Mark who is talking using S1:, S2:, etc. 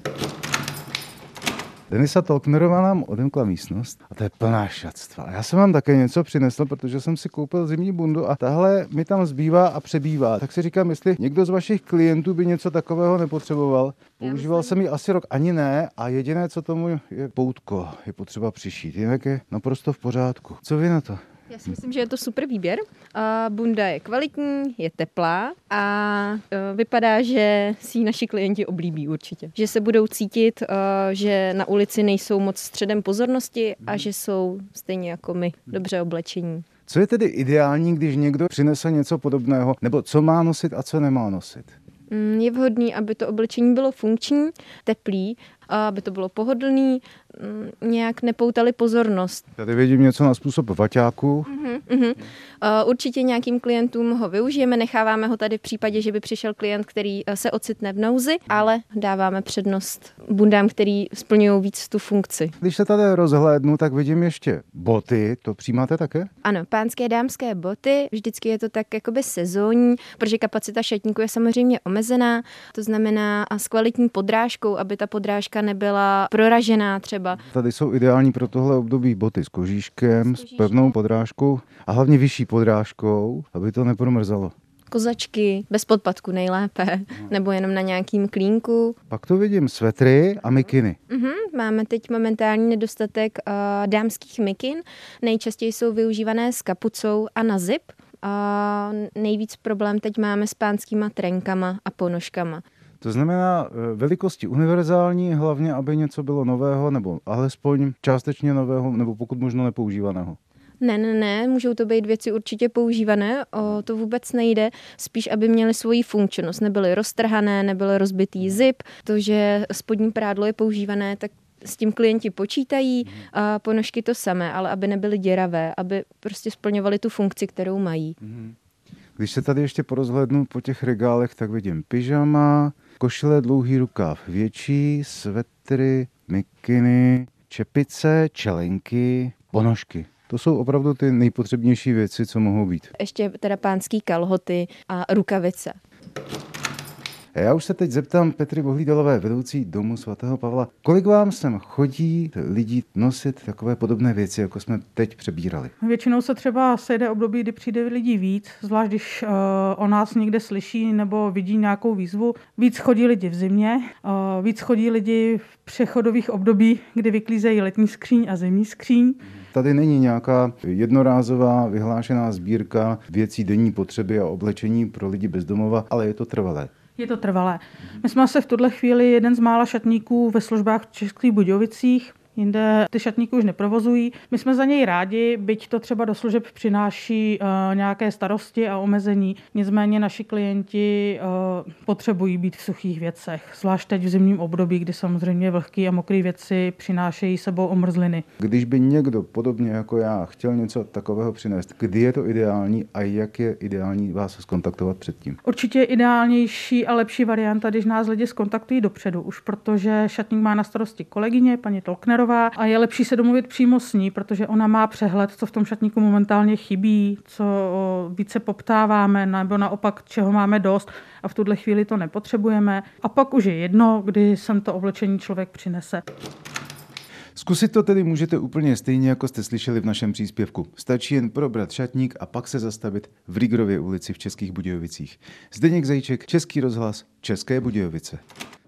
S1: Denisa Tolknerová nám odemkla místnost a to je plná šatstva. A já jsem vám také něco přinesl, protože jsem si koupil zimní bundu a tahle mi tam zbývá a přebývá. Tak si říkám, jestli někdo z vašich klientů by něco takového nepotřeboval. Používal jsem ji asi rok, ani ne, a jediné, co tomu je poutko, je potřeba přišít. Jinak je naprosto v pořádku. Co vy na to?
S2: Já si myslím, že je to super výběr. Bunda je kvalitní, je teplá a vypadá, že si ji naši klienti oblíbí určitě. Že se budou cítit, že na ulici nejsou moc středem pozornosti a že jsou stejně jako my dobře oblečení.
S1: Co je tedy ideální, když někdo přinese něco podobného, nebo co má nosit a co nemá nosit?
S2: Je vhodný, aby to oblečení bylo funkční, teplý, aby to bylo pohodlný, nějak nepoutali pozornost.
S1: Tady vidím něco na způsob vaťáku.
S2: Určitě nějakým klientům ho využijeme, necháváme ho tady v případě, že by přišel klient, který se ocitne v nouzi, ale dáváme přednost bundám, který splňují víc tu funkci.
S1: Když se tady rozhlédnu, tak vidím ještě boty, to přijímáte také?
S2: Ano, pánské, dámské boty, vždycky je to tak jakoby sezónní, protože kapacita šatníku je samozřejmě omezená, to znamená a s kvalitní podrážkou, aby ta podrážka nebyla proražená třeba.
S1: Tady jsou ideální pro tohle období boty s kožíškem, s pevnou podrážkou a hlavně vyšší podrážkou, aby to nepromrzalo.
S2: Kozačky, bez podpatku nejlépe, nebo jenom na nějakým klínku.
S1: Pak tu vidím svetry a mikiny.
S2: Máme teď momentální nedostatek dámských mikin. Nejčastěji jsou využívané s kapucou a na zip. A nejvíc problém teď máme s pánskýma trenkama a ponožkama.
S1: To znamená velikosti univerzální, hlavně, aby něco bylo nového, nebo alespoň částečně nového, nebo pokud možno nepoužívaného.
S2: Ne, můžou to být věci určitě používané, o to vůbec nejde, spíš aby měly svoji funkčnost, nebyly roztrhané, nebyly rozbitý zip, to, že spodní prádlo je používané, tak s tím klienti počítají, a ponožky to samé, ale aby nebyly děravé, aby prostě splňovaly tu funkci, kterou mají.
S1: Když se tady ještě porozhlédnu po těch regálech, tak vidím pyžama, košile dlouhý rukáv větší, svetry, mikiny, čepice, čelenky, ponožky. To jsou opravdu ty nejpotřebnější věci, co mohou být.
S2: Ještě teda pánský kalhoty a rukavice.
S1: Já už se teď zeptám Petry Bohlídalové, vedoucí Domu svatého Pavla, kolik vám sem chodí lidí nosit takové podobné věci, jako jsme teď přebírali?
S3: Většinou se třeba sejde období, kdy přijde lidí víc, zvlášť když o nás někde slyší nebo vidí nějakou výzvu. Víc chodí lidi v zimě, víc chodí lidi v přechodových období, kdy vyklízejí letní skříň a zimní skříň.
S1: Tady není nějaká jednorázová vyhlášená sbírka věcí denní potřeby a oblečení pro lidi bez domova, ale je to trvalé.
S3: Je to trvalé. My jsme se v tuhle chvíli jeden z mála šatníků ve službách v Českých Budějovicích. Jinde ty šatníky už neprovozují. My jsme za něj rádi, byť to třeba do služeb přináší nějaké starosti a omezení. Nicméně naši klienti potřebují být v suchých věcech. Zvlášť teď v zimním období, kdy samozřejmě vlhké a mokré věci přinášejí sebou omrzliny.
S1: Když by někdo podobně jako já chtěl něco takového přinést, kdy je to ideální a jak je ideální vás skontaktovat předtím?
S3: Určitě je ideálnější a lepší varianta, když nás lidi skontaktují dopředu, už protože šatník má na starosti kolegyně, paní Tolknerová, a je lepší se domluvit přímo s ní, protože ona má přehled, co v tom šatníku momentálně chybí, co více poptáváme, nebo naopak, čeho máme dost a v tuhle chvíli to nepotřebujeme. A pak už je jedno, kdy sem to oblečení člověk přinese.
S1: Zkusit to tedy můžete úplně stejně, jako jste slyšeli v našem příspěvku. Stačí jen probrat šatník a pak se zastavit v Rigrově ulici v Českých Budějovicích. Zdeněk Zajíček, Český rozhlas, České Budějovice.